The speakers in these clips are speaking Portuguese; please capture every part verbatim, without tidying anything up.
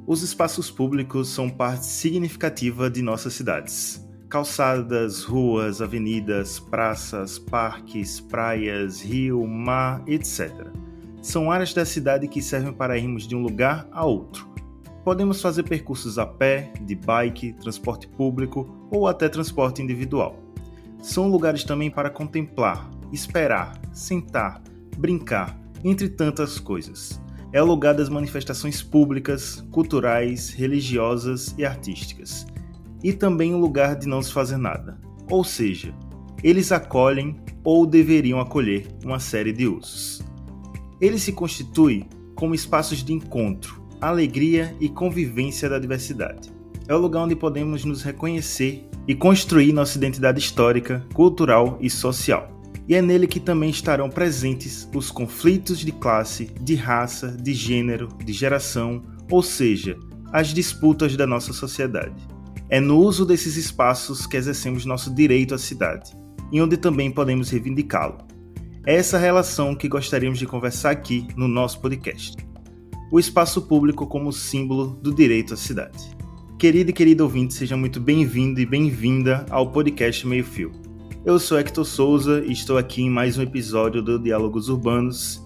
Os espaços públicos são parte significativa de nossas cidades. Calçadas, ruas, avenidas, praças, parques, praias, rio, mar, etcétera. São áreas da cidade que servem para irmos de um lugar a outro. Podemos fazer percursos a pé, de bike, transporte público ou até transporte individual. São lugares também para contemplar, esperar, sentar, brincar, entre tantas coisas. É o lugar das manifestações públicas, culturais, religiosas e artísticas. E também um lugar de não se fazer nada. Ou seja, eles acolhem ou deveriam acolher uma série de usos. Ele se constitui como espaços de encontro, alegria e convivência da diversidade. É o lugar onde podemos nos reconhecer e construir nossa identidade histórica, cultural e social. E é nele que também estarão presentes os conflitos de classe, de raça, de gênero, de geração, ou seja, as disputas da nossa sociedade. É no uso desses espaços que exercemos nosso direito à cidade, e onde também podemos reivindicá-lo. É essa relação que gostaríamos de conversar aqui no nosso podcast. O espaço público como símbolo do direito à cidade. Querido e querido ouvinte, seja muito bem-vindo e bem-vinda ao podcast Meio Fio. Eu sou Hector Souza e estou aqui em mais um episódio do Diálogos Urbanos.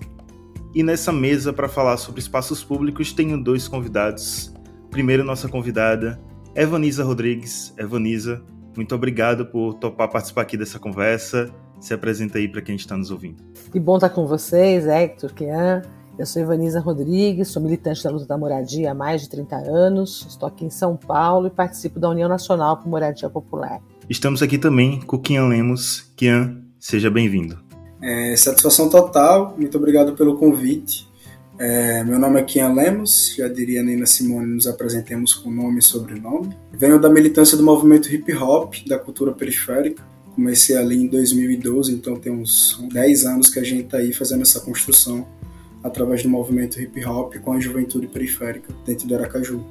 E nessa mesa para falar sobre espaços públicos tenho dois convidados. Primeiro, nossa convidada, Evanisa Rodrigues. Evanisa, muito obrigado por topar participar aqui dessa conversa. Se apresenta aí para quem está nos ouvindo. Que bom estar com vocês, Hector, Kian. Eu sou Evanisa Rodrigues, sou militante da luta da moradia há mais de trinta anos, estou aqui em São Paulo e participo da União Nacional por Moradia Popular. Estamos aqui também com o Kian Lemos. Kian, seja bem-vindo. É, satisfação total, muito obrigado pelo convite. É, meu nome é Kian Lemos, já diria Nina Simone, nos apresentemos com nome e sobrenome. Venho da militância do movimento hip hop, da cultura periférica. Comecei ali em dois mil e doze, então tem uns dez anos que a gente está aí fazendo essa construção através do movimento hip hop com a juventude periférica dentro do Aracaju.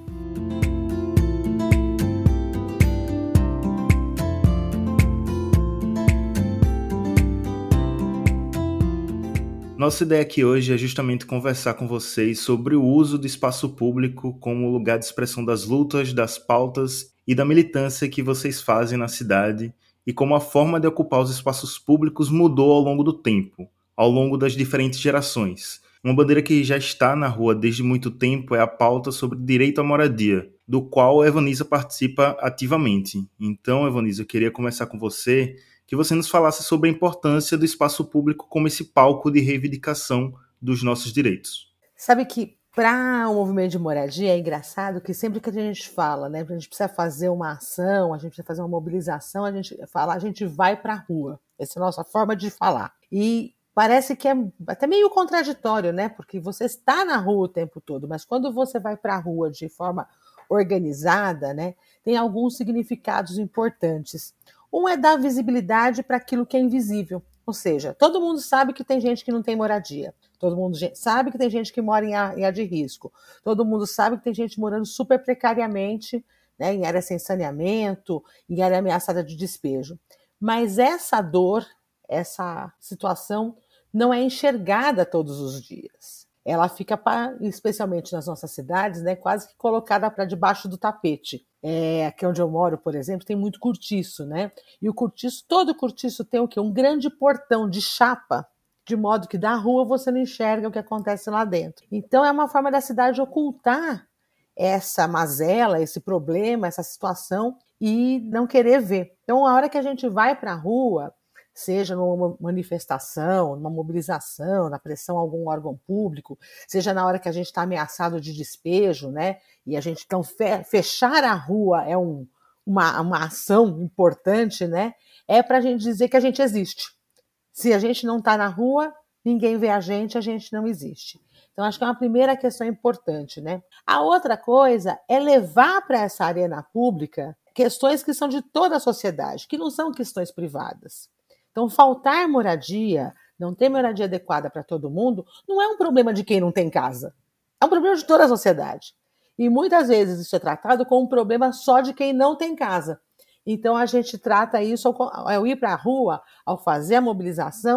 Nossa ideia aqui hoje é justamente conversar com vocês sobre o uso do espaço público como lugar de expressão das lutas, das pautas e da militância que vocês fazem na cidade e como a forma de ocupar os espaços públicos mudou ao longo do tempo, ao longo das diferentes gerações. Uma bandeira que já está na rua desde muito tempo é a pauta sobre direito à moradia, do qual a Evanisa participa ativamente. Então, Evanisa, eu queria começar com você, que você nos falasse sobre a importância do espaço público como esse palco de reivindicação dos nossos direitos. Sabe que para o movimento de moradia é engraçado que sempre que a gente fala, né, a gente precisa fazer uma ação, a gente precisa fazer uma mobilização, a gente fala, a gente vai para a rua. Essa é a nossa forma de falar. E parece que é até meio contraditório, né? Porque você está na rua o tempo todo, mas quando você vai para a rua de forma organizada, né, tem alguns significados importantes. Um é dar visibilidade para aquilo que é invisível. Ou seja, todo mundo sabe que tem gente que não tem moradia. Todo mundo sabe que tem gente que mora em área de risco. Todo mundo sabe que tem gente morando super precariamente, né, em área sem saneamento, em área ameaçada de despejo. Mas essa dor, essa situação não é enxergada todos os dias. Ela fica, pra, especialmente nas nossas cidades, né, quase que colocada para debaixo do tapete. É, aqui onde eu moro, por exemplo, tem muito cortiço, né? E o cortiço, todo cortiço tem o quê? Um grande portão de chapa, de modo que da rua você não enxerga o que acontece lá dentro. Então é uma forma da cidade ocultar essa mazela, esse problema, essa situação e não querer ver. Então a hora que a gente vai para a rua, seja numa manifestação, numa mobilização, na pressão a algum órgão público, seja na hora que a gente está ameaçado de despejo, né? E a gente, então, fechar a rua é um, uma, uma ação importante, né? É para a gente dizer que a gente existe. Se a gente não está na rua, ninguém vê a gente, a gente não existe. Então, acho que é uma primeira questão importante, né? A outra coisa é levar para essa arena pública questões que são de toda a sociedade, que não são questões privadas. Então, faltar moradia, não ter moradia adequada para todo mundo, não é um problema de quem não tem casa. É um problema de toda a sociedade. E muitas vezes isso é tratado como um problema só de quem não tem casa. Então, a gente trata isso ao, ao ir para a rua, ao fazer a mobilização,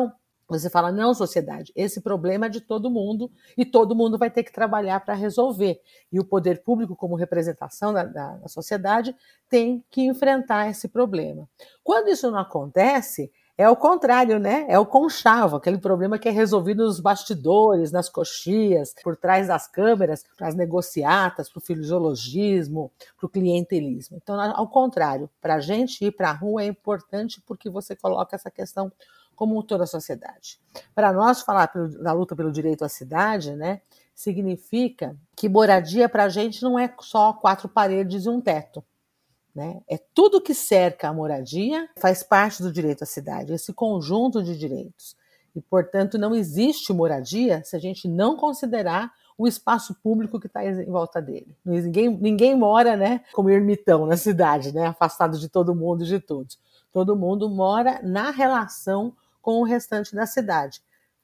Você fala, não, sociedade, esse problema é de todo mundo e todo mundo vai ter que trabalhar para resolver. E o poder público, como representação da, da, da sociedade, tem que enfrentar esse problema. Quando isso não acontece, é o contrário, né? É o conchavo, aquele problema que é resolvido nos bastidores, nas coxias, por trás das câmeras, para as negociatas, para o fisiologismo, para o clientelismo. Então, ao contrário, para a gente ir para a rua é importante porque você coloca essa questão como toda a sociedade. Para nós falar da luta pelo direito à cidade, né, significa que moradia para a gente não é só quatro paredes e um teto. Né? É tudo que cerca a moradia faz parte do direito à cidade, esse conjunto de direitos. E, portanto, não existe moradia se a gente não considerar o espaço público que está em volta dele. Ninguém, ninguém mora, né, como ermitão na cidade, né, afastado de todo mundo e de todos. Todo mundo mora na relação com o restante da cidade.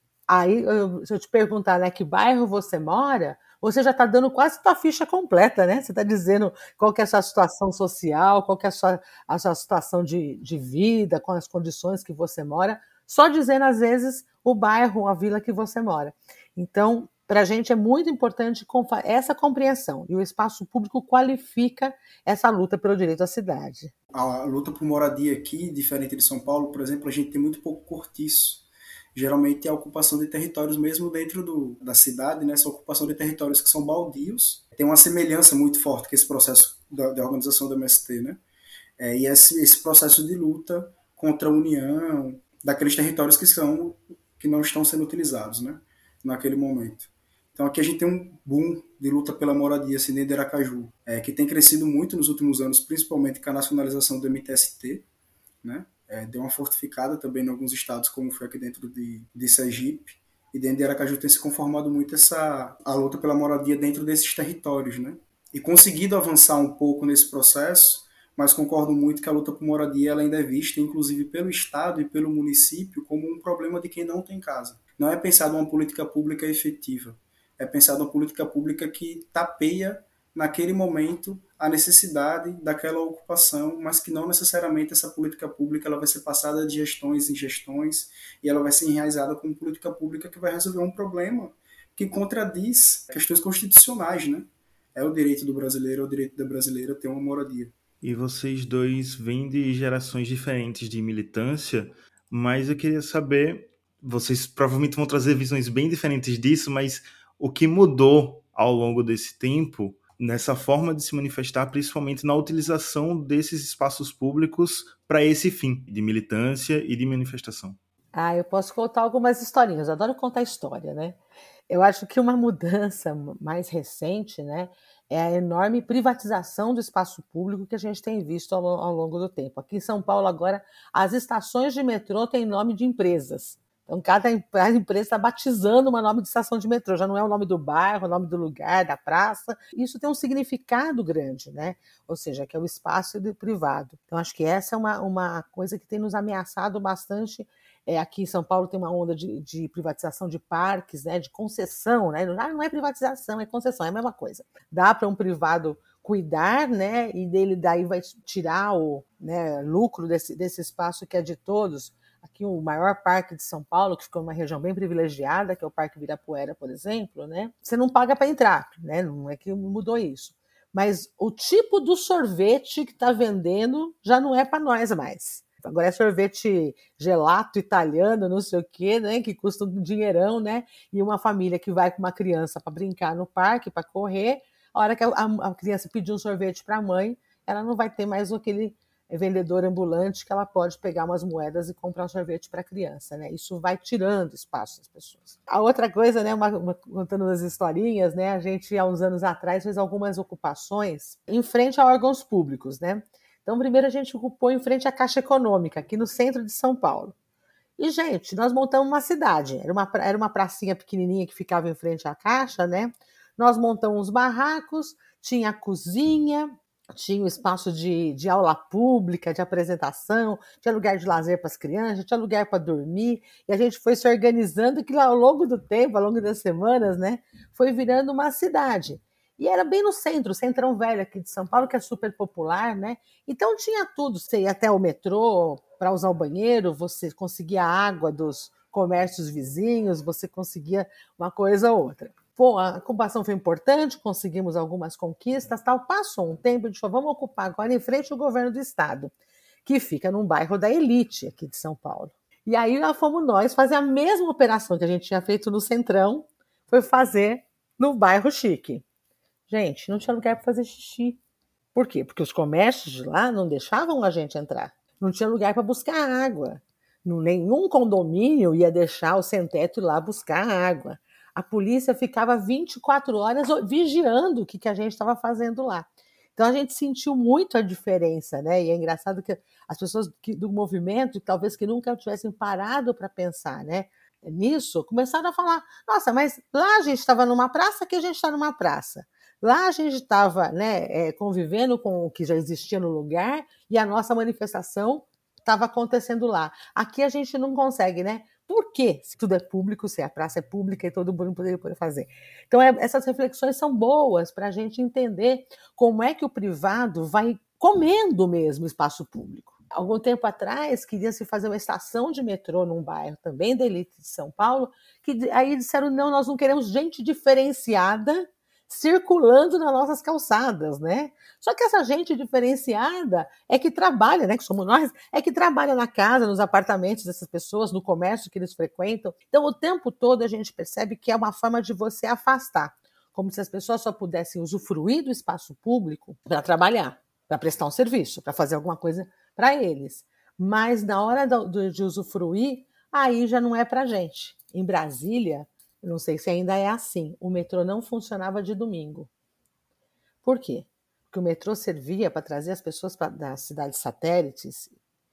Aí, eu, se eu te perguntar, né, que bairro você mora, você já está dando quase a sua ficha completa, né? Você está dizendo qual que é a sua situação social, qual que é a sua, a sua situação de, de vida, com as condições que você mora, só dizendo, às vezes, o bairro, a vila que você mora. Então, para a gente é muito importante essa compreensão, e o espaço público qualifica essa luta pelo direito à cidade. A luta por moradia aqui, diferente de São Paulo, por exemplo, a gente tem muito pouco cortiço. Geralmente é a ocupação de territórios mesmo dentro do, da cidade, né? Essa ocupação de territórios que são baldios. Tem uma semelhança muito forte com esse processo da, da organização do M S T, né? É, e esse, esse processo de luta contra a união daqueles territórios que, são, que não estão sendo utilizados, né? Naquele momento. Então aqui a gente tem um boom de luta pela moradia assim, dentro de Aracaju, é, que tem crescido muito nos últimos anos, principalmente com a nacionalização do M T S T, né? É, deu uma fortificada também em alguns estados, como foi aqui dentro de, de Sergipe, e dentro de Aracaju tem se conformado muito essa, a luta pela moradia dentro desses territórios, né? E conseguido avançar um pouco nesse processo, mas concordo muito que a luta por moradia ela ainda é vista, inclusive pelo Estado e pelo município, como um problema de quem não tem casa. Não é pensado uma política pública efetiva, é pensado uma política pública que tapeia naquele momento a necessidade daquela ocupação, mas que não necessariamente essa política pública ela vai ser passada de gestões em gestões e ela vai ser enraizada como política pública que vai resolver um problema que contradiz questões constitucionais, né? É o direito do brasileiro, é o direito da brasileira ter uma moradia. E vocês dois vêm de gerações diferentes de militância, mas eu queria saber, vocês provavelmente vão trazer visões bem diferentes disso, mas o que mudou ao longo desse tempo nessa forma de se manifestar, principalmente na utilização desses espaços públicos para esse fim de militância e de manifestação? Ah, eu posso contar algumas historinhas, eu adoro contar história, né? Eu acho que uma mudança mais recente, né, é a enorme privatização do espaço público que a gente tem visto ao, ao longo do tempo. Aqui em São Paulo, agora, as estações de metrô têm nome de empresas. Então, cada empresa está batizando uma nome de estação de metrô. Já não é o nome do bairro, o nome do lugar, da praça. Isso tem um significado grande, né? Ou seja, que é o espaço privado. Então, acho que essa é uma, uma coisa que tem nos ameaçado bastante. É, aqui em São Paulo tem uma onda de, de privatização de parques, né? De concessão, né? Não é privatização, é concessão, é a mesma coisa. Dá para um privado cuidar, né? E dele daí vai tirar o, né, lucro desse, desse espaço que é de todos. Aqui o maior parque de São Paulo, que ficou numa região bem privilegiada, que é o Parque Ibirapuera, por exemplo, né? Você não paga para entrar, né? Não é que mudou isso. Mas o tipo do sorvete que está vendendo já não é para nós mais. Agora é sorvete gelato italiano, não sei o quê, né? Que custa um dinheirão, né? E uma família que vai com uma criança para brincar no parque, para correr, a hora que a, a criança pedir um sorvete para a mãe, ela não vai ter mais aquele vendedor ambulante que ela pode pegar umas moedas e comprar um sorvete para a criança, né? Isso vai tirando espaço das pessoas. A outra coisa, né, uma, uma, contando umas historinhas, né, a gente há uns anos atrás fez algumas ocupações em frente a órgãos públicos, né? Então, primeiro a gente ocupou em frente à Caixa Econômica, aqui no centro de São Paulo. E, gente, nós montamos uma cidade. Era uma, era uma pracinha pequenininha que ficava em frente à Caixa, né? Nós montamos uns barracos, tinha a cozinha, tinha o espaço de, de aula pública, de apresentação, tinha lugar de lazer para as crianças, tinha lugar para dormir, e a gente foi se organizando, que ao longo do tempo, ao longo das semanas, né, foi virando uma cidade. E era bem no centro, o Centrão Velho aqui de São Paulo, que é super popular, né? Então tinha tudo, você ia até o metrô para usar o banheiro, você conseguia a água dos, comércios vizinhos, você conseguia uma coisa ou outra. Pô, a ocupação foi importante, conseguimos algumas conquistas, tal. Passou um tempo, a gente falou, vamos ocupar agora em frente ao governo do estado, que fica num bairro da elite aqui de São Paulo. E aí lá fomos nós fazer a mesma operação que a gente tinha feito no Centrão, foi fazer no bairro chique. Gente, não tinha lugar para fazer xixi. Por quê? Porque os comércios de lá não deixavam a gente entrar. Não tinha lugar para buscar água. Nenhum condomínio ia deixar o sem-teto ir lá buscar água. A polícia ficava vinte e quatro horas vigiando o que, que a gente estava fazendo lá. Então a gente sentiu muito a diferença, né? E é engraçado que as pessoas do movimento, talvez que nunca tivessem parado para pensar, né, nisso, começaram a falar: nossa, mas lá a gente estava numa praça, aqui a gente está numa praça. Lá a gente estava, né, é, convivendo com o que já existia no lugar e a nossa manifestação estava acontecendo lá. Aqui a gente não consegue, né? Por quê? Se tudo é público, se a praça é pública e todo mundo poderia poder fazer. Então, é, essas reflexões são boas para a gente entender como é que o privado vai comendo mesmo o espaço público. Algum tempo atrás, queria-se fazer uma estação de metrô num bairro também da elite de São Paulo, que aí disseram, não, nós não queremos gente diferenciada circulando nas nossas calçadas, né? Só que essa gente diferenciada é que trabalha, né? Que somos nós, é que trabalha na casa, nos apartamentos dessas pessoas, no comércio que eles frequentam. Então, o tempo todo a gente percebe que é uma forma de você afastar, como se as pessoas só pudessem usufruir do espaço público para trabalhar, para prestar um serviço, para fazer alguma coisa para eles. Mas na hora de usufruir, aí já não é para a gente. Em Brasília, não sei se ainda é assim, o metrô não funcionava de domingo. Por quê? Porque o metrô servia para trazer as pessoas pra, das cidades satélites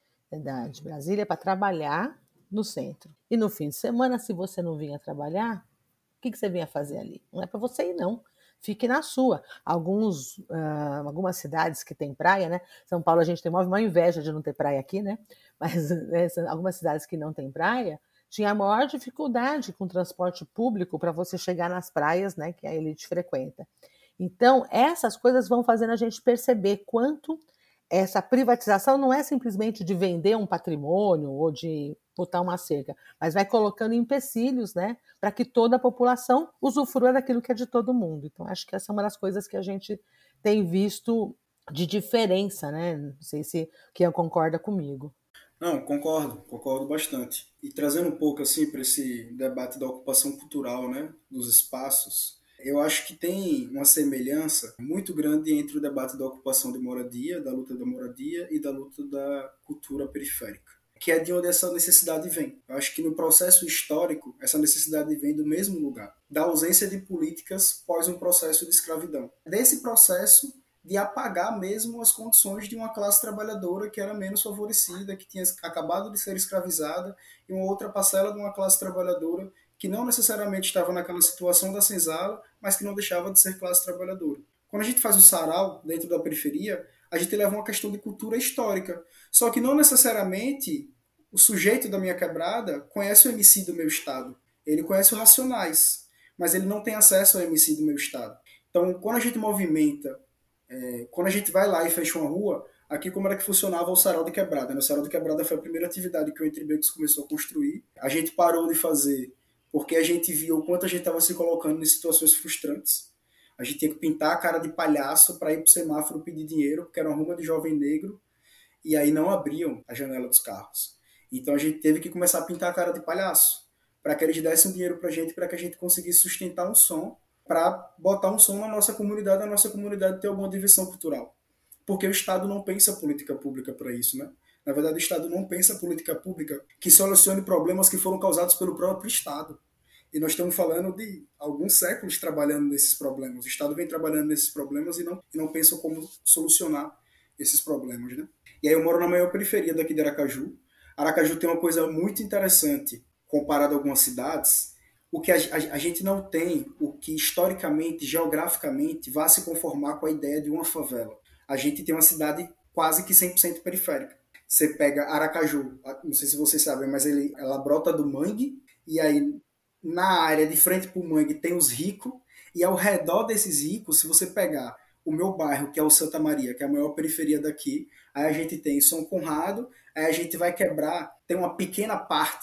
da, de Brasília para trabalhar no centro. E no fim de semana, se você não vinha trabalhar, o que, que você vinha fazer ali? Não é para você ir, não. Fique na sua. Alguns, uh, algumas cidades que tem praia, né? São Paulo a gente tem uma inveja de não ter praia aqui, né? Mas né, algumas cidades que não tem praia, tinha a maior dificuldade com o transporte público para você chegar nas praias, né, que a elite frequenta. Então, essas coisas vão fazendo a gente perceber quanto essa privatização não é simplesmente de vender um patrimônio ou de botar uma cerca, mas vai colocando empecilhos, né, para que toda a população usufrua daquilo que é de todo mundo. Então, acho que essa é uma das coisas que a gente tem visto de diferença, né? Não sei se quem concorda comigo. Não, concordo, concordo bastante. E trazendo um pouco assim para esse debate da ocupação cultural, né, dos espaços, eu acho que tem uma semelhança muito grande entre o debate da ocupação de moradia, da luta da moradia e da luta da cultura periférica, que é de onde essa necessidade vem. Eu acho que no processo histórico, essa necessidade vem do mesmo lugar, da ausência de políticas pós um processo de escravidão. Desse processo de apagar mesmo as condições de uma classe trabalhadora que era menos favorecida, que tinha acabado de ser escravizada, e uma outra parcela de uma classe trabalhadora que não necessariamente estava naquela situação da senzala, mas que não deixava de ser classe trabalhadora. Quando a gente faz o sarau dentro da periferia, a gente leva uma questão de cultura histórica. Só que não necessariamente o sujeito da minha quebrada conhece o M C do meu estado. Ele conhece o Racionais, mas ele não tem acesso ao M C do meu estado. Então, quando a gente movimenta, é, quando a gente vai lá e fecha uma rua, aqui como era que funcionava o sarau de quebrada. Né? O sarau de quebrada foi a primeira atividade que o Entre Becos começou a construir. A gente parou de fazer porque a gente viu o quanto a gente estava se colocando em situações frustrantes. A gente tinha que pintar a cara de palhaço para ir para o semáforo pedir dinheiro, porque era uma ruma de jovem negro, e aí não abriam a janela dos carros. Então a gente teve que começar a pintar a cara de palhaço, para que eles dessem dinheiro para a gente, para que a gente conseguisse sustentar um som, para botar um som na nossa comunidade, a nossa comunidade ter alguma diversão cultural. Porque o Estado não pensa política pública para isso, né? Na verdade, o Estado não pensa política pública que solucione problemas que foram causados pelo próprio Estado. E nós estamos falando de alguns séculos trabalhando nesses problemas. O Estado vem trabalhando nesses problemas e não, e não pensa como solucionar esses problemas, né? E aí eu moro na maior periferia daqui de Aracaju. Aracaju tem uma coisa muito interessante comparado a algumas cidades. O que a, a, a gente não tem, o que historicamente, geograficamente, vai se conformar com a ideia de uma favela. A gente tem uma cidade quase que cem por cento periférica. Você pega Aracaju, não sei se vocês sabem, mas ele, ela brota do mangue, e aí na área de frente para o mangue tem os ricos, e ao redor desses ricos, se você pegar o meu bairro, que é o Santa Maria, que é a maior periferia daqui, aí a gente tem São Conrado, aí a gente vai quebrar, tem uma pequena parte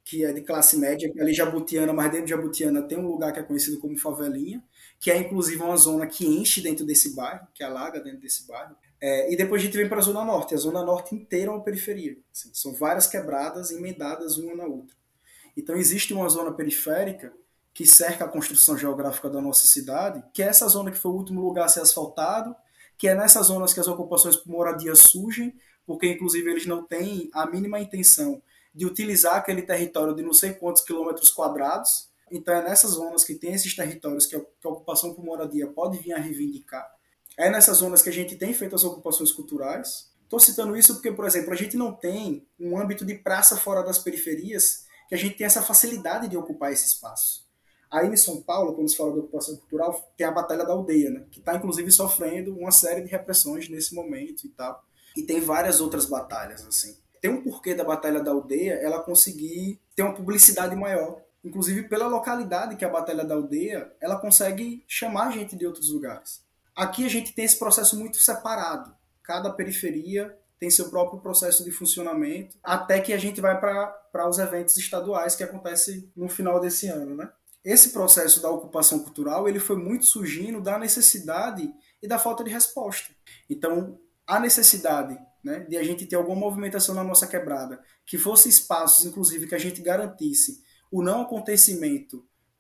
que é de classe média, que é ali Jabutiana, mas dentro de Jabutiana tem um lugar que é conhecido como Favelinha, que é inclusive uma zona que enche dentro desse bairro, que alaga dentro desse bairro. É, e depois a gente vem para a Zona Norte. A Zona Norte inteira é uma periferia. Assim, são várias quebradas emendadas uma na outra. Então existe uma zona periférica que cerca a construção geográfica da nossa cidade, que é essa zona que foi o último lugar a ser asfaltado, que é nessas zonas que as ocupações por moradia surgem, porque inclusive eles não têm a mínima intenção de utilizar aquele território de não sei quantos quilômetros quadrados. Então é nessas zonas que tem esses territórios que a, que a ocupação por moradia pode vir a reivindicar. É nessas zonas que a gente tem feito as ocupações culturais. Estou citando isso porque, por exemplo, a gente não tem um âmbito de praça fora das periferias que a gente tem essa facilidade de ocupar esse espaço. Aí em São Paulo, quando se fala de ocupação cultural, tem a Batalha da Aldeia, né? Que está inclusive sofrendo uma série de repressões nesse momento e tal. E tem várias outras batalhas, assim. Tem um porquê da Batalha da Aldeia ela conseguir ter uma publicidade maior. Inclusive pela localidade que é a Batalha da Aldeia, ela consegue chamar gente de outros lugares. Aqui a gente tem esse processo muito separado. Cada periferia tem seu próprio processo de funcionamento, até que a gente vai para os eventos estaduais que acontecem no final desse ano, né? Esse processo da ocupação cultural ele foi muito surgindo da necessidade e da falta de resposta. Então, a necessidade, né, de a gente ter alguma movimentação na nossa quebrada, que fosse espaços, inclusive, que a gente garantisse o não acontecimento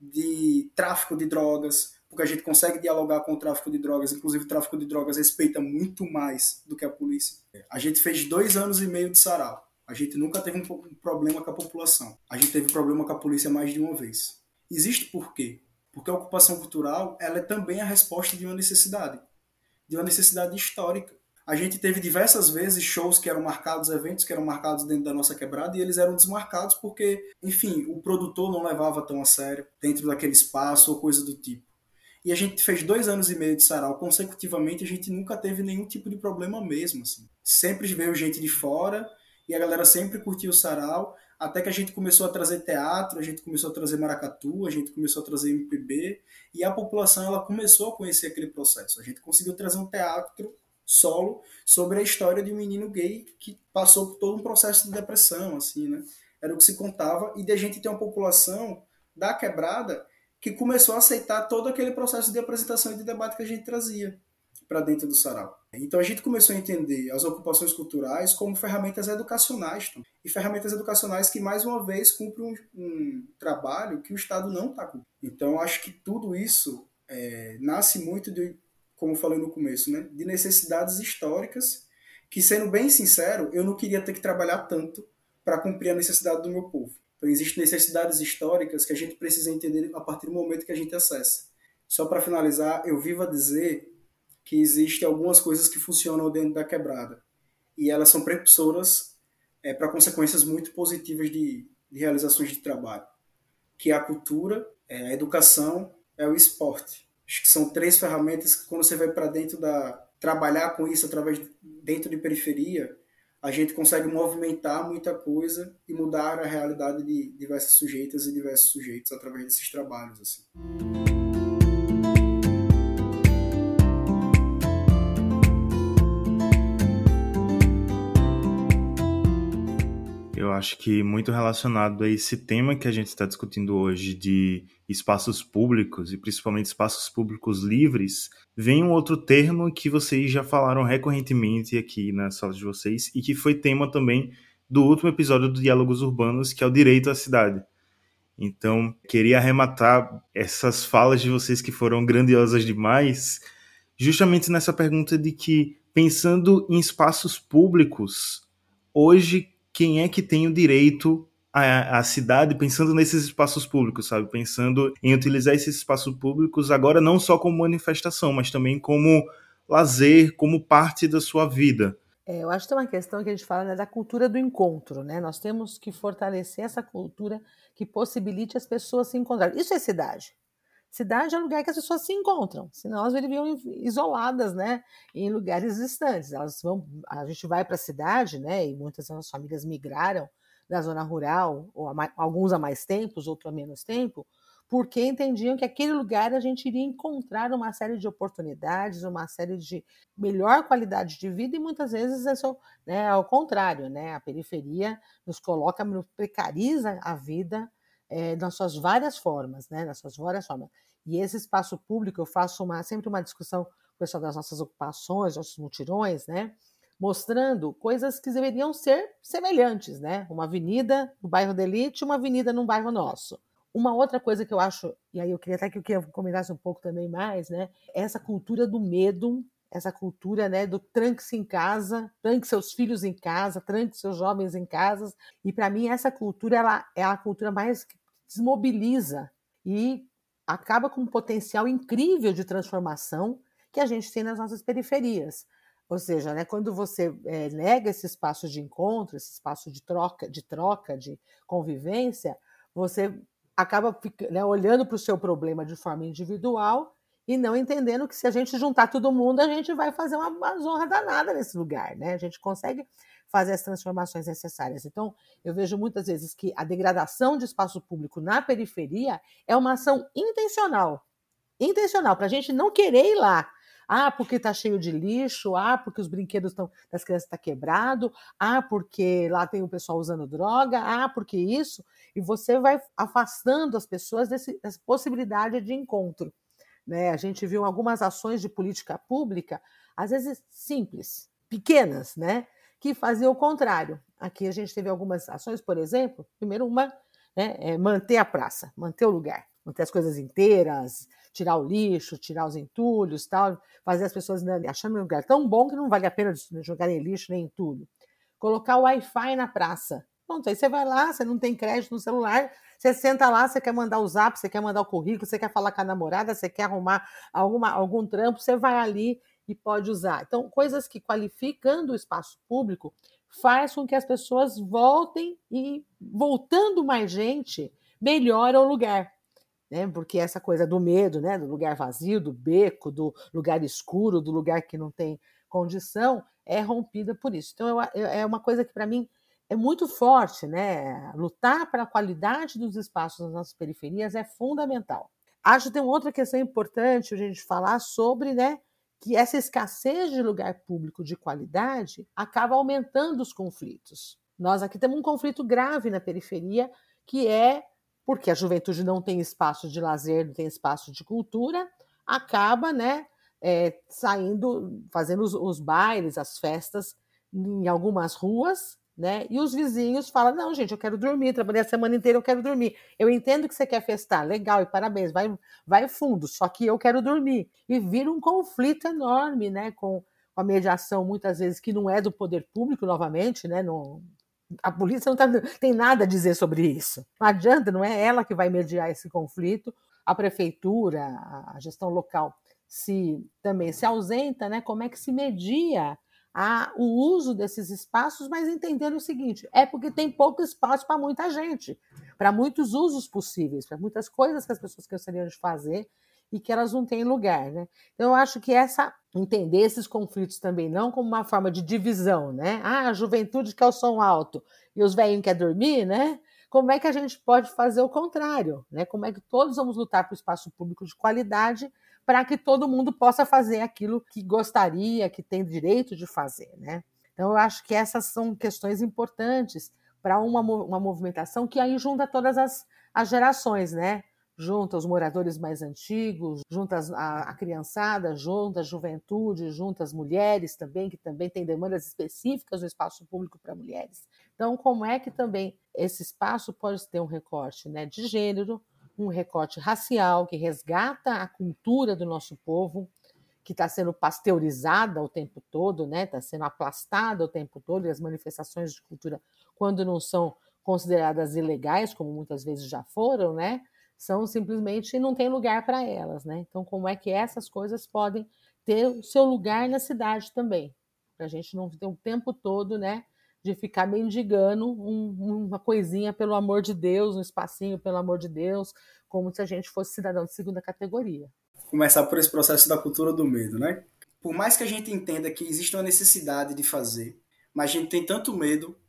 de tráfico de drogas, porque a gente consegue dialogar com o tráfico de drogas, inclusive o tráfico de drogas respeita muito mais do que a polícia. A gente fez dois anos e meio de sarau. A gente nunca teve um problema com a população. A gente teve problema com a polícia mais de uma vez. Existe por quê? Porque a ocupação cultural ela é também a resposta de uma necessidade, de uma necessidade histórica. A gente teve diversas vezes shows que eram marcados, eventos que eram marcados dentro da nossa quebrada e eles eram desmarcados porque, enfim, o produtor não levava tão a sério dentro daquele espaço ou coisa do tipo. E a gente fez dois anos e meio de sarau consecutivamente, a gente nunca teve nenhum tipo de problema mesmo. Assim. Sempre veio gente de fora e a galera sempre curtiu o sarau, até que a gente começou a trazer teatro, a gente começou a trazer maracatu, a gente começou a trazer M P B e a população ela começou a conhecer aquele processo. A gente conseguiu trazer um teatro solo sobre a história de um menino gay que passou por todo um processo de depressão, assim, né? Era o que se contava, e de a gente ter uma população da quebrada que começou a aceitar todo aquele processo de apresentação e de debate que a gente trazia para dentro do sarau. Então a gente começou a entender as ocupações culturais como ferramentas educacionais também. E ferramentas educacionais que, mais uma vez, cumprem um, um trabalho que o Estado não está cumprindo. Então acho que tudo isso é, nasce muito de, como eu falei no começo, né, de necessidades históricas que, sendo bem sincero, eu não queria ter que trabalhar tanto para cumprir a necessidade do meu povo. Então, existem necessidades históricas que a gente precisa entender a partir do momento que a gente acessa. Só para finalizar, eu vivo a dizer que existem algumas coisas que funcionam dentro da quebrada. E elas são precursoras é, para consequências muito positivas de, de realizações de trabalho. Que é a cultura, é a educação, é o esporte. Acho que são três ferramentas que, quando você vai para dentro da... trabalhar com isso através de, dentro de periferia, a gente consegue movimentar muita coisa e mudar a realidade de diversas sujeitas e diversos sujeitos através desses trabalhos. Assim. Eu acho que muito relacionado a esse tema que a gente está discutindo hoje de espaços públicos e principalmente espaços públicos livres, vem um outro termo que vocês já falaram recorrentemente aqui na sala de vocês e que foi tema também do último episódio do Diálogos Urbanos, que é o direito à cidade. Então, queria arrematar essas falas de vocês que foram grandiosas demais, justamente nessa pergunta de que, pensando em espaços públicos, hoje quem é que tem o direito à, à cidade, pensando nesses espaços públicos, sabe? Pensando em utilizar esses espaços públicos agora não só como manifestação, mas também como lazer, como parte da sua vida. É, eu acho que tem uma questão que a gente fala, né, da cultura do encontro, né? Nós temos que fortalecer essa cultura que possibilite as pessoas se encontrarem. Isso é cidade. Cidade é um lugar que as pessoas se encontram, senão elas viviam isoladas, né, em lugares distantes. Elas vão, a gente vai para a cidade, né, e muitas das famílias migraram da zona rural, ou a mais, alguns há mais tempo, outros há menos tempo, porque entendiam que aquele lugar a gente iria encontrar uma série de oportunidades, uma série de melhor qualidade de vida, e muitas vezes é só, né, ao contrário, né, a periferia nos coloca, nos precariza a vida é, nas suas várias formas, né, nas suas várias formas. E esse espaço público, eu faço uma, sempre uma discussão com o pessoal das nossas ocupações, nossos mutirões, né, mostrando coisas que deveriam ser semelhantes, né, uma avenida no bairro da Elite, uma avenida num bairro nosso. Uma outra coisa que eu acho, e aí eu queria até que eu comentasse um pouco também mais, né, é essa cultura do medo, essa cultura, né, do tranque-se em casa, tranque seus filhos em casa, tranque seus jovens em casa. E para mim essa cultura ela é a cultura mais que desmobiliza e acaba com um potencial incrível de transformação que a gente tem nas nossas periferias. Ou seja, né, quando você é, nega esse espaço de encontro, esse espaço de troca, de troca, de convivência, você acaba, né, olhando para o seu problema de forma individual e não entendendo que se a gente juntar todo mundo, a gente vai fazer uma, uma zorra danada nesse lugar, né? A gente consegue fazer as transformações necessárias. Então, eu vejo muitas vezes que a degradação de espaço público na periferia é uma ação intencional, intencional, para a gente não querer ir lá. Ah, porque está cheio de lixo, ah, porque os brinquedos tão, das crianças estão quebrados, ah, porque lá tem o pessoal usando droga, ah, porque isso, e você vai afastando as pessoas desse, dessa possibilidade de encontro. Né? A gente viu algumas ações de política pública, às vezes simples, pequenas, né? Que faziam o contrário. Aqui a gente teve algumas ações, por exemplo, primeiro uma, né, é manter a praça, manter o lugar, manter as coisas inteiras, tirar o lixo, tirar os entulhos, tal, fazer as pessoas, né, achando um lugar tão bom que não vale a pena jogar em lixo nem entulho. Colocar o Wi-Fi na praça. Pronto, aí você vai lá, você não tem crédito no celular, você senta lá, você quer mandar o zap, você quer mandar o currículo, você quer falar com a namorada, você quer arrumar alguma, algum trampo, você vai ali e pode usar. Então, coisas que qualificando o espaço público faz com que as pessoas voltem e, voltando mais gente, melhora o lugar. Né? Porque essa coisa do medo, né? Do lugar vazio, do beco, do lugar escuro, do lugar que não tem condição, é rompida por isso. Então, eu, é uma coisa que, para mim, é muito forte, né? Lutar para a qualidade dos espaços nas nossas periferias é fundamental. Acho que tem uma outra questão importante a gente falar sobre, né, que essa escassez de lugar público de qualidade acaba aumentando os conflitos. Nós aqui temos um conflito grave na periferia, que é porque a juventude não tem espaço de lazer, não tem espaço de cultura, acaba, né, é, saindo, fazendo os, os bailes, as festas em algumas ruas, né? E os vizinhos falam, não, gente, eu quero dormir, trabalhei a semana inteira, eu quero dormir. Eu entendo que você quer festar, legal, e parabéns, vai, vai fundo, só que eu quero dormir. E vira um conflito enorme, né? Com a mediação, muitas vezes, que não é do poder público, novamente, né? Não, a polícia não tá, tem nada a dizer sobre isso. Não adianta, não é ela que vai mediar esse conflito. A prefeitura, a gestão local, se também se ausenta, né? Como é que se media a, o uso desses espaços, mas entendendo o seguinte, é porque tem pouco espaço para muita gente, para muitos usos possíveis, para muitas coisas que as pessoas gostariam de fazer e que elas não têm lugar, né? Então, eu acho que essa, entender esses conflitos também não como uma forma de divisão, né? Ah, a juventude quer o som alto e os velhinhos querem dormir, né? Como é que a gente pode fazer o contrário, né? Como é que todos vamos lutar por espaço público de qualidade para que todo mundo possa fazer aquilo que gostaria, que tem direito de fazer, né? Então, eu acho que essas são questões importantes para uma, uma movimentação que aí junta todas as, as gerações, né? Junta os moradores mais antigos, junta a, a criançada, junta a juventude, junta as mulheres também, que também tem demandas específicas no espaço público para mulheres. Então, como é que também esse espaço pode ter um recorte, né, de gênero, um recorte racial que resgata a cultura do nosso povo, que está sendo pasteurizada o tempo todo, né? Está sendo aplastada o tempo todo, e as manifestações de cultura, quando não são consideradas ilegais, como muitas vezes já foram, né? São simplesmente, não tem lugar para elas, né? Então, como é que essas coisas podem ter o seu lugar na cidade também? Para a gente não ter o tempo todo, né, de ficar mendigando um, uma coisinha, pelo amor de Deus, um espacinho, pelo amor de Deus, como se a gente fosse cidadão de segunda categoria. Começar por esse processo da cultura do medo, né? Por mais que a gente entenda que existe uma necessidade de fazer, mas a gente tem tanto medo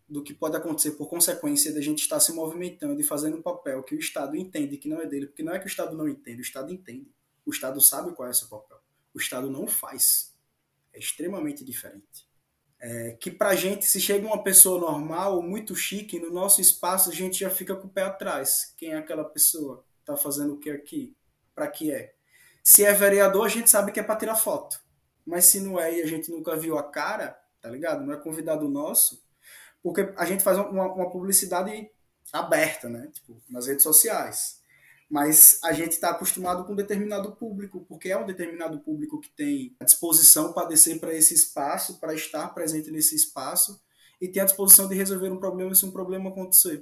do que pode acontecer por consequência da gente estar se movimentando e fazendo um papel que o Estado entende que não é dele, porque não é que o Estado não entende, o Estado entende. O Estado sabe qual é esse papel. O Estado não faz. É extremamente diferente. É que pra gente, se chega uma pessoa normal, muito chique, no nosso espaço, a gente já fica com o pé atrás. Quem é aquela pessoa? Tá fazendo o que aqui? Pra que é? Se é vereador, a gente sabe que é pra tirar foto. Mas se não é e a gente nunca viu a cara, tá ligado? Não é convidado nosso, porque a gente faz uma, uma publicidade aberta, né? Tipo, nas redes sociais. Mas a gente está acostumado com um determinado público, porque é um determinado público que tem a disposição para descer para esse espaço, para estar presente nesse espaço, e tem a disposição de resolver um problema se um problema acontecer.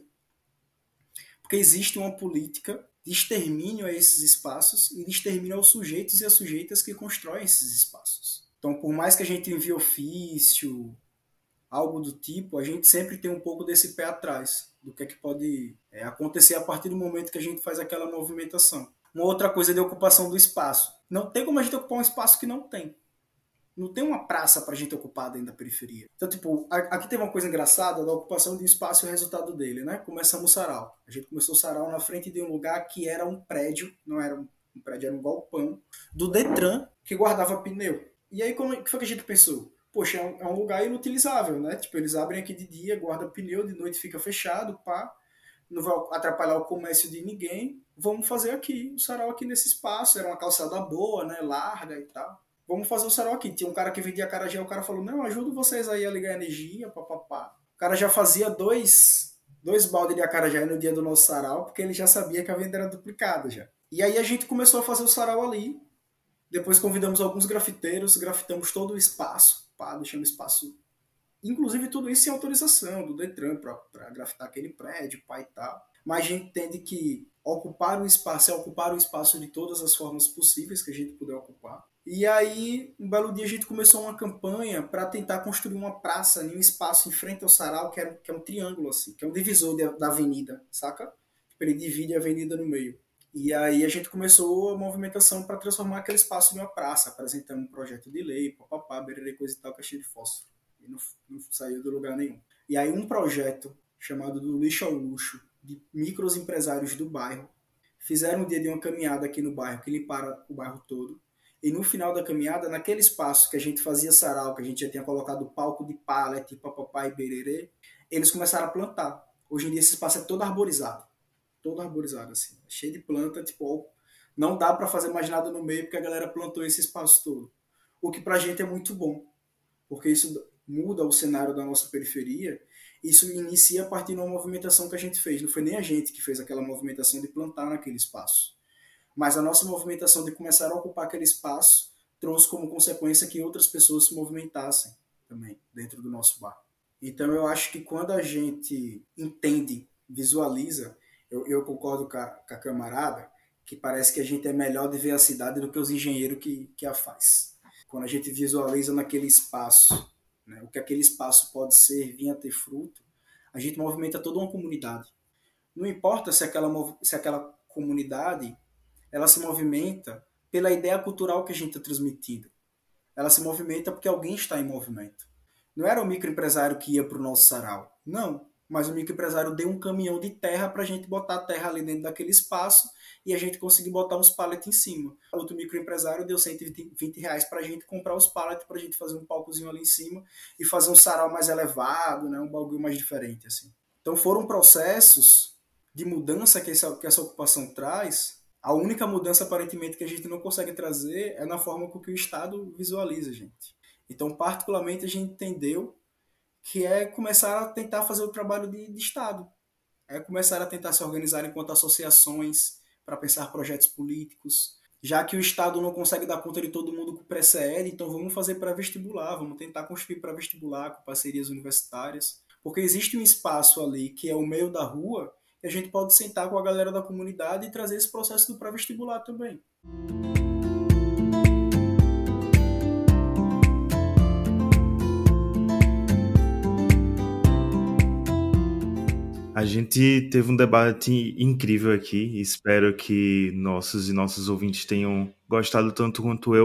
Porque existe uma política de extermínio a esses espaços e de extermínio aos sujeitos e às sujeitas que constroem esses espaços. Então, por mais que a gente envie ofício, algo do tipo, a gente sempre tem um pouco desse pé atrás, do que é que pode é, acontecer a partir do momento que a gente faz aquela movimentação. Uma outra coisa é de ocupação do espaço. Não tem como a gente ocupar um espaço que não tem. Não tem uma praça para a gente ocupar dentro da periferia. Então, tipo, aqui tem uma coisa engraçada da ocupação de um espaço e o resultado dele, né? Começamos o sarau. A gente começou o sarau na frente de um lugar que era um prédio, não era um prédio, era um galpão, do Detran, que guardava pneu. E aí, como que foi que a gente pensou? Poxa, é um, é um lugar inutilizável, né? Tipo, eles abrem aqui de dia, guardam pneu, de noite fica fechado, pá. Não vai atrapalhar o comércio de ninguém. Vamos fazer aqui, o sarau aqui nesse espaço. Era uma calçada boa, né? Larga e tal. Vamos fazer o sarau aqui. Tinha um cara que vendia acarajé, o cara falou, não, ajudo vocês aí a ligar a energia, papapá. O cara já fazia dois, dois baldes de acarajé no dia do nosso sarau, porque ele já sabia que a venda era duplicada já. E aí a gente começou a fazer o sarau ali. Depois convidamos alguns grafiteiros, grafitamos todo o espaço, pá, deixamos espaço, inclusive tudo isso sem autorização do Detran para grafitar aquele prédio, pá e tal. Mas a gente entende que ocupar o espaço é ocupar o espaço de todas as formas possíveis que a gente puder ocupar. E aí, um belo dia, a gente começou uma campanha para tentar construir uma praça em um espaço em frente ao sarau, que é, que é um triângulo, assim, que é um divisor de, da avenida, saca? Ele divide a avenida no meio. E aí a gente começou a movimentação para transformar aquele espaço em uma praça, apresentando um projeto de lei, papapá, bererê, coisa e tal, que é cheio de fósforo. E não, não saiu do lugar nenhum. E aí um projeto chamado Do Lixo ao Luxo, de microempresários do bairro, fizeram um dia de uma caminhada aqui no bairro, que limparam o bairro todo. E no final da caminhada, naquele espaço que a gente fazia sarau, que a gente já tinha colocado palco de pallet, papapá e bererê, eles começaram a plantar. Hoje em dia esse espaço é todo arborizado. Todo arborizado, assim. Cheio de planta, tipo, não dá para fazer mais nada no meio porque a galera plantou esse espaço todo. O que pra gente é muito bom, porque isso muda o cenário da nossa periferia. Isso inicia a partir de uma movimentação que a gente fez. Não foi nem a gente que fez aquela movimentação de plantar naquele espaço. Mas a nossa movimentação de começar a ocupar aquele espaço trouxe como consequência que outras pessoas se movimentassem também dentro do nosso bairro. Então eu acho que quando a gente entende, visualiza, eu, eu concordo com a, com a camarada, que parece que a gente é melhor de ver a cidade do que os engenheiros que, que a faz. Quando a gente visualiza naquele espaço, né, o que aquele espaço pode ser, vir a ter fruto, a gente movimenta toda uma comunidade. Não importa se aquela, se aquela comunidade ela se movimenta pela ideia cultural que a gente está transmitindo. Ela se movimenta porque alguém está em movimento. Não era o microempresário que ia para o nosso sarau. Não, mas o microempresário deu um caminhão de terra para a gente botar a terra ali dentro daquele espaço e a gente conseguir botar uns pallets em cima. Outro microempresário deu cento e vinte reais para a gente comprar os pallets para a gente fazer um palcozinho ali em cima e fazer um sarau mais elevado, né, um bagulho mais diferente. Assim. Então foram processos de mudança que essa, que essa ocupação traz. A única mudança, aparentemente, que a gente não consegue trazer é na forma com que o Estado visualiza a gente. Então, particularmente, a gente entendeu que é começar a tentar fazer o trabalho de, de Estado. É começar a tentar se organizar enquanto associações para pensar projetos políticos. Já que o Estado não consegue dar conta de todo mundo com pré-C E D, então vamos fazer pré-vestibular, vamos tentar construir pré-vestibular com parcerias universitárias. Porque existe um espaço ali que é o meio da rua, a gente pode sentar com a galera da comunidade e trazer esse processo do pré-vestibular também. A gente teve um debate incrível aqui. Espero que nossos e nossos ouvintes tenham gostado tanto quanto eu.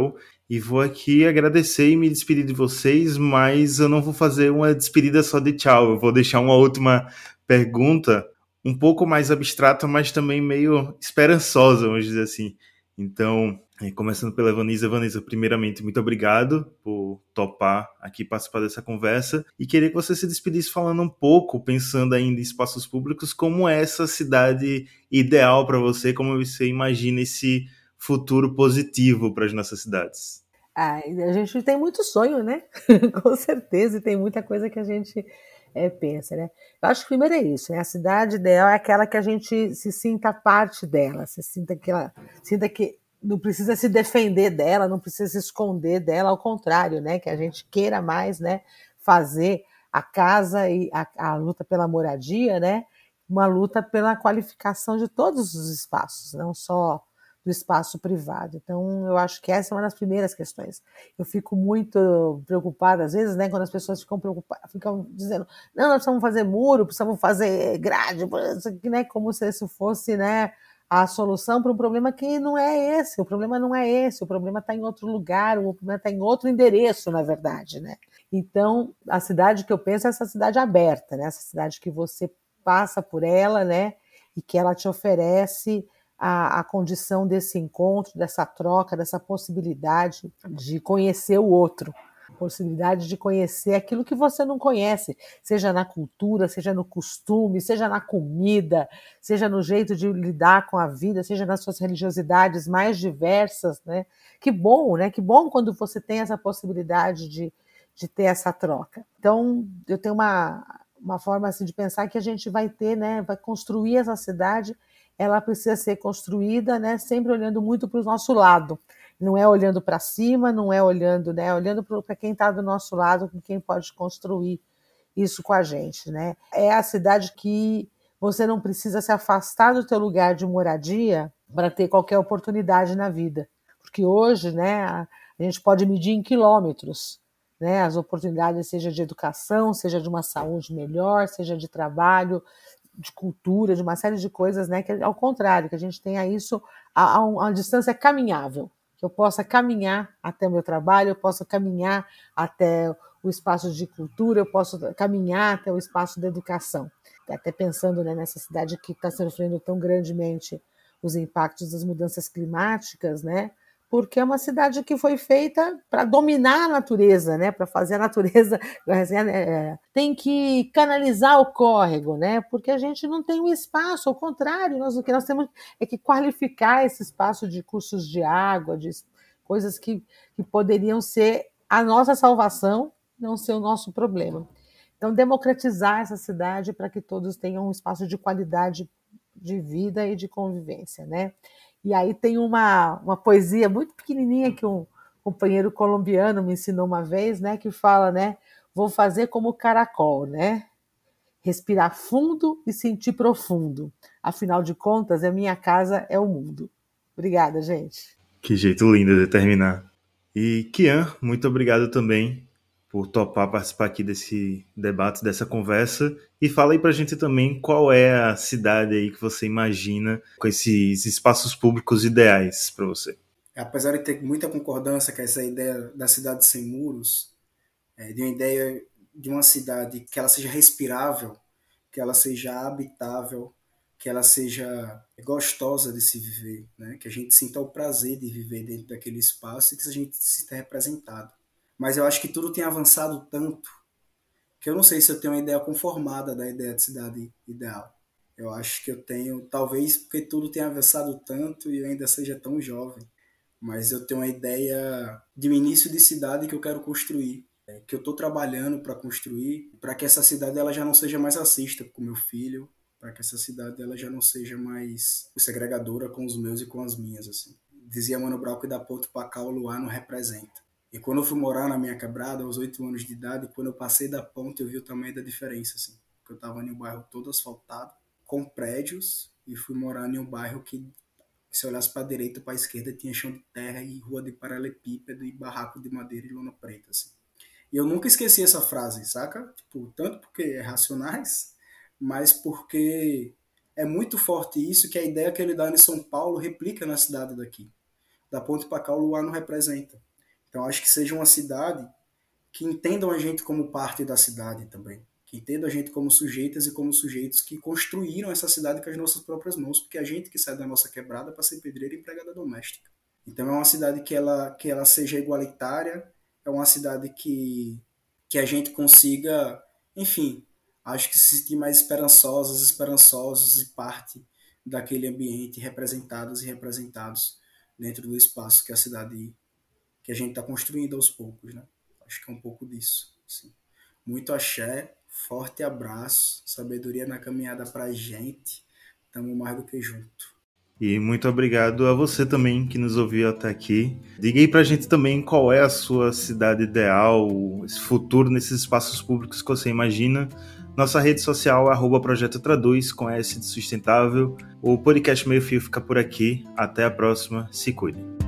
E vou aqui agradecer e me despedir de vocês, mas eu não vou fazer uma despedida só de tchau. Eu vou deixar uma última pergunta, um pouco mais abstrata, mas também meio esperançosa, vamos dizer assim. Então, começando pela Vanessa. Vanessa, primeiramente, muito obrigado por topar aqui participar dessa conversa. E queria que você se despedisse falando um pouco, pensando ainda em espaços públicos, como é essa cidade ideal para você, como você imagina esse futuro positivo para as nossas cidades. Ah, a gente tem muito sonho, né? Com certeza, e tem muita coisa que a gente é, pensa, né? Eu acho que primeiro é isso, né? A cidade ideal é aquela que a gente se sinta parte dela, se sinta que ela, sinta que não precisa se defender dela, não precisa se esconder dela, ao contrário, né? Que a gente queira mais, né? Fazer a casa e a, a luta pela moradia, né? Uma luta pela qualificação de todos os espaços, não só do espaço privado. Então, eu acho que essa é uma das primeiras questões. Eu fico muito preocupada, às vezes, né, quando as pessoas ficam preocupadas, ficam dizendo, não, nós precisamos fazer muro, precisamos fazer grade, né, como se isso fosse, né, a solução para um problema que não é esse, o problema não é esse, o problema está em outro lugar, o problema está em outro endereço, na verdade, né? Então, a cidade que eu penso é essa cidade aberta, né, essa cidade que você passa por ela, né, e que ela te oferece A, a condição desse encontro, dessa troca, dessa possibilidade de conhecer o outro, possibilidade de conhecer aquilo que você não conhece, seja na cultura, seja no costume, seja na comida, seja no jeito de lidar com a vida, seja nas suas religiosidades mais diversas, né? Que bom, né? Que bom quando você tem essa possibilidade de, de ter essa troca. Então, eu tenho uma, uma forma assim, de pensar que a gente vai ter, né? Vai construir essa cidade. Ela precisa ser construída, né, sempre olhando muito para o nosso lado. Não é olhando para cima, não é olhando, né, olhando para quem está do nosso lado, com quem pode construir isso com a gente, né? É a cidade que você não precisa se afastar do teu lugar de moradia para ter qualquer oportunidade na vida. Porque hoje, né, a gente pode medir em quilômetros, né, as oportunidades, seja de educação, seja de uma saúde melhor, seja de trabalho, de cultura, de uma série de coisas, né, que ao contrário, que a gente tenha isso a, a uma distância caminhável, que eu possa caminhar até o meu trabalho, eu possa caminhar até o espaço de cultura, eu posso caminhar até o espaço da educação. Até pensando, né, nessa cidade que está sofrendo tão grandemente os impactos das mudanças climáticas, né, porque é uma cidade que foi feita para dominar a natureza, né? Para fazer a natureza é, tem que canalizar o córrego, né? Porque a gente não tem o espaço, ao contrário, nós, o que nós temos é que qualificar esse espaço de cursos de água, de coisas que, que poderiam ser a nossa salvação, não ser o nosso problema. Então, democratizar essa cidade para que todos tenham um espaço de qualidade de vida e de convivência, né? E aí tem uma, uma poesia muito pequenininha que um companheiro colombiano me ensinou uma vez, né, que fala, né, vou fazer como o caracol, né, respirar fundo e sentir profundo. Afinal de contas, a minha casa é o mundo. Obrigada, gente. Que jeito lindo de terminar. E Kian, muito obrigado também por topar participar aqui desse debate, dessa conversa. E fala aí pra gente também qual é a cidade aí que você imagina com esses espaços públicos ideais para você. Apesar de ter muita concordância com essa ideia da cidade sem muros, é, de uma ideia de uma cidade que ela seja respirável, que ela seja habitável, que ela seja gostosa de se viver, né? Que a gente sinta o prazer de viver dentro daquele espaço e que a gente se sinta representado. Mas eu acho que tudo tem avançado tanto que eu não sei se eu tenho uma ideia conformada da ideia de cidade ideal. Eu acho que eu tenho, talvez porque tudo tem avançado tanto e eu ainda seja tão jovem, mas eu tenho uma ideia de um início de cidade que eu quero construir, que eu estou trabalhando para construir, para que essa cidade ela já não seja mais racista com o meu filho, para que essa cidade ela já não seja mais segregadora com os meus e com as minhas. Assim. Dizia Mano Brown que da ponte para cá o luar não representa. E quando eu fui morar na minha quebrada, aos oito anos de idade, quando eu passei da ponte, eu vi o tamanho da diferença. Assim. Porque eu estava em um bairro todo asfaltado, com prédios, e fui morar em um bairro que, se olhasse para a direita ou para a esquerda, tinha chão de terra e rua de paralelepípedo e barraco de madeira e lona preta. Assim. E eu nunca esqueci essa frase, saca? Tipo, tanto porque é Racionais, mas porque é muito forte isso, que a ideia que ele dá em São Paulo replica na cidade daqui. Da ponte para cá o luar não representa. Então, acho que seja uma cidade que entendam a gente como parte da cidade também, que entendam a gente como sujeitas e como sujeitos que construíram essa cidade com as nossas próprias mãos, porque a gente que sai da nossa quebrada para ser pedreira e empregada doméstica. Então é uma cidade que ela, que ela seja igualitária, é uma cidade que, que a gente consiga, enfim, acho que se sentir mais esperançosas, esperançosos e parte daquele ambiente, representados e representados dentro do espaço que a cidade, que a gente está construindo aos poucos, né? Acho que é um pouco disso. Assim. Muito axé, forte abraço, sabedoria na caminhada pra gente. Tamo mais do que junto. E muito obrigado a você também que nos ouviu até aqui. Diga aí pra gente também qual é a sua cidade ideal, esse futuro nesses espaços públicos que você imagina. Nossa rede social é arroba Projeto Traduz, com S de sustentável. O podcast Meio Fio fica por aqui. Até a próxima. Se cuidem.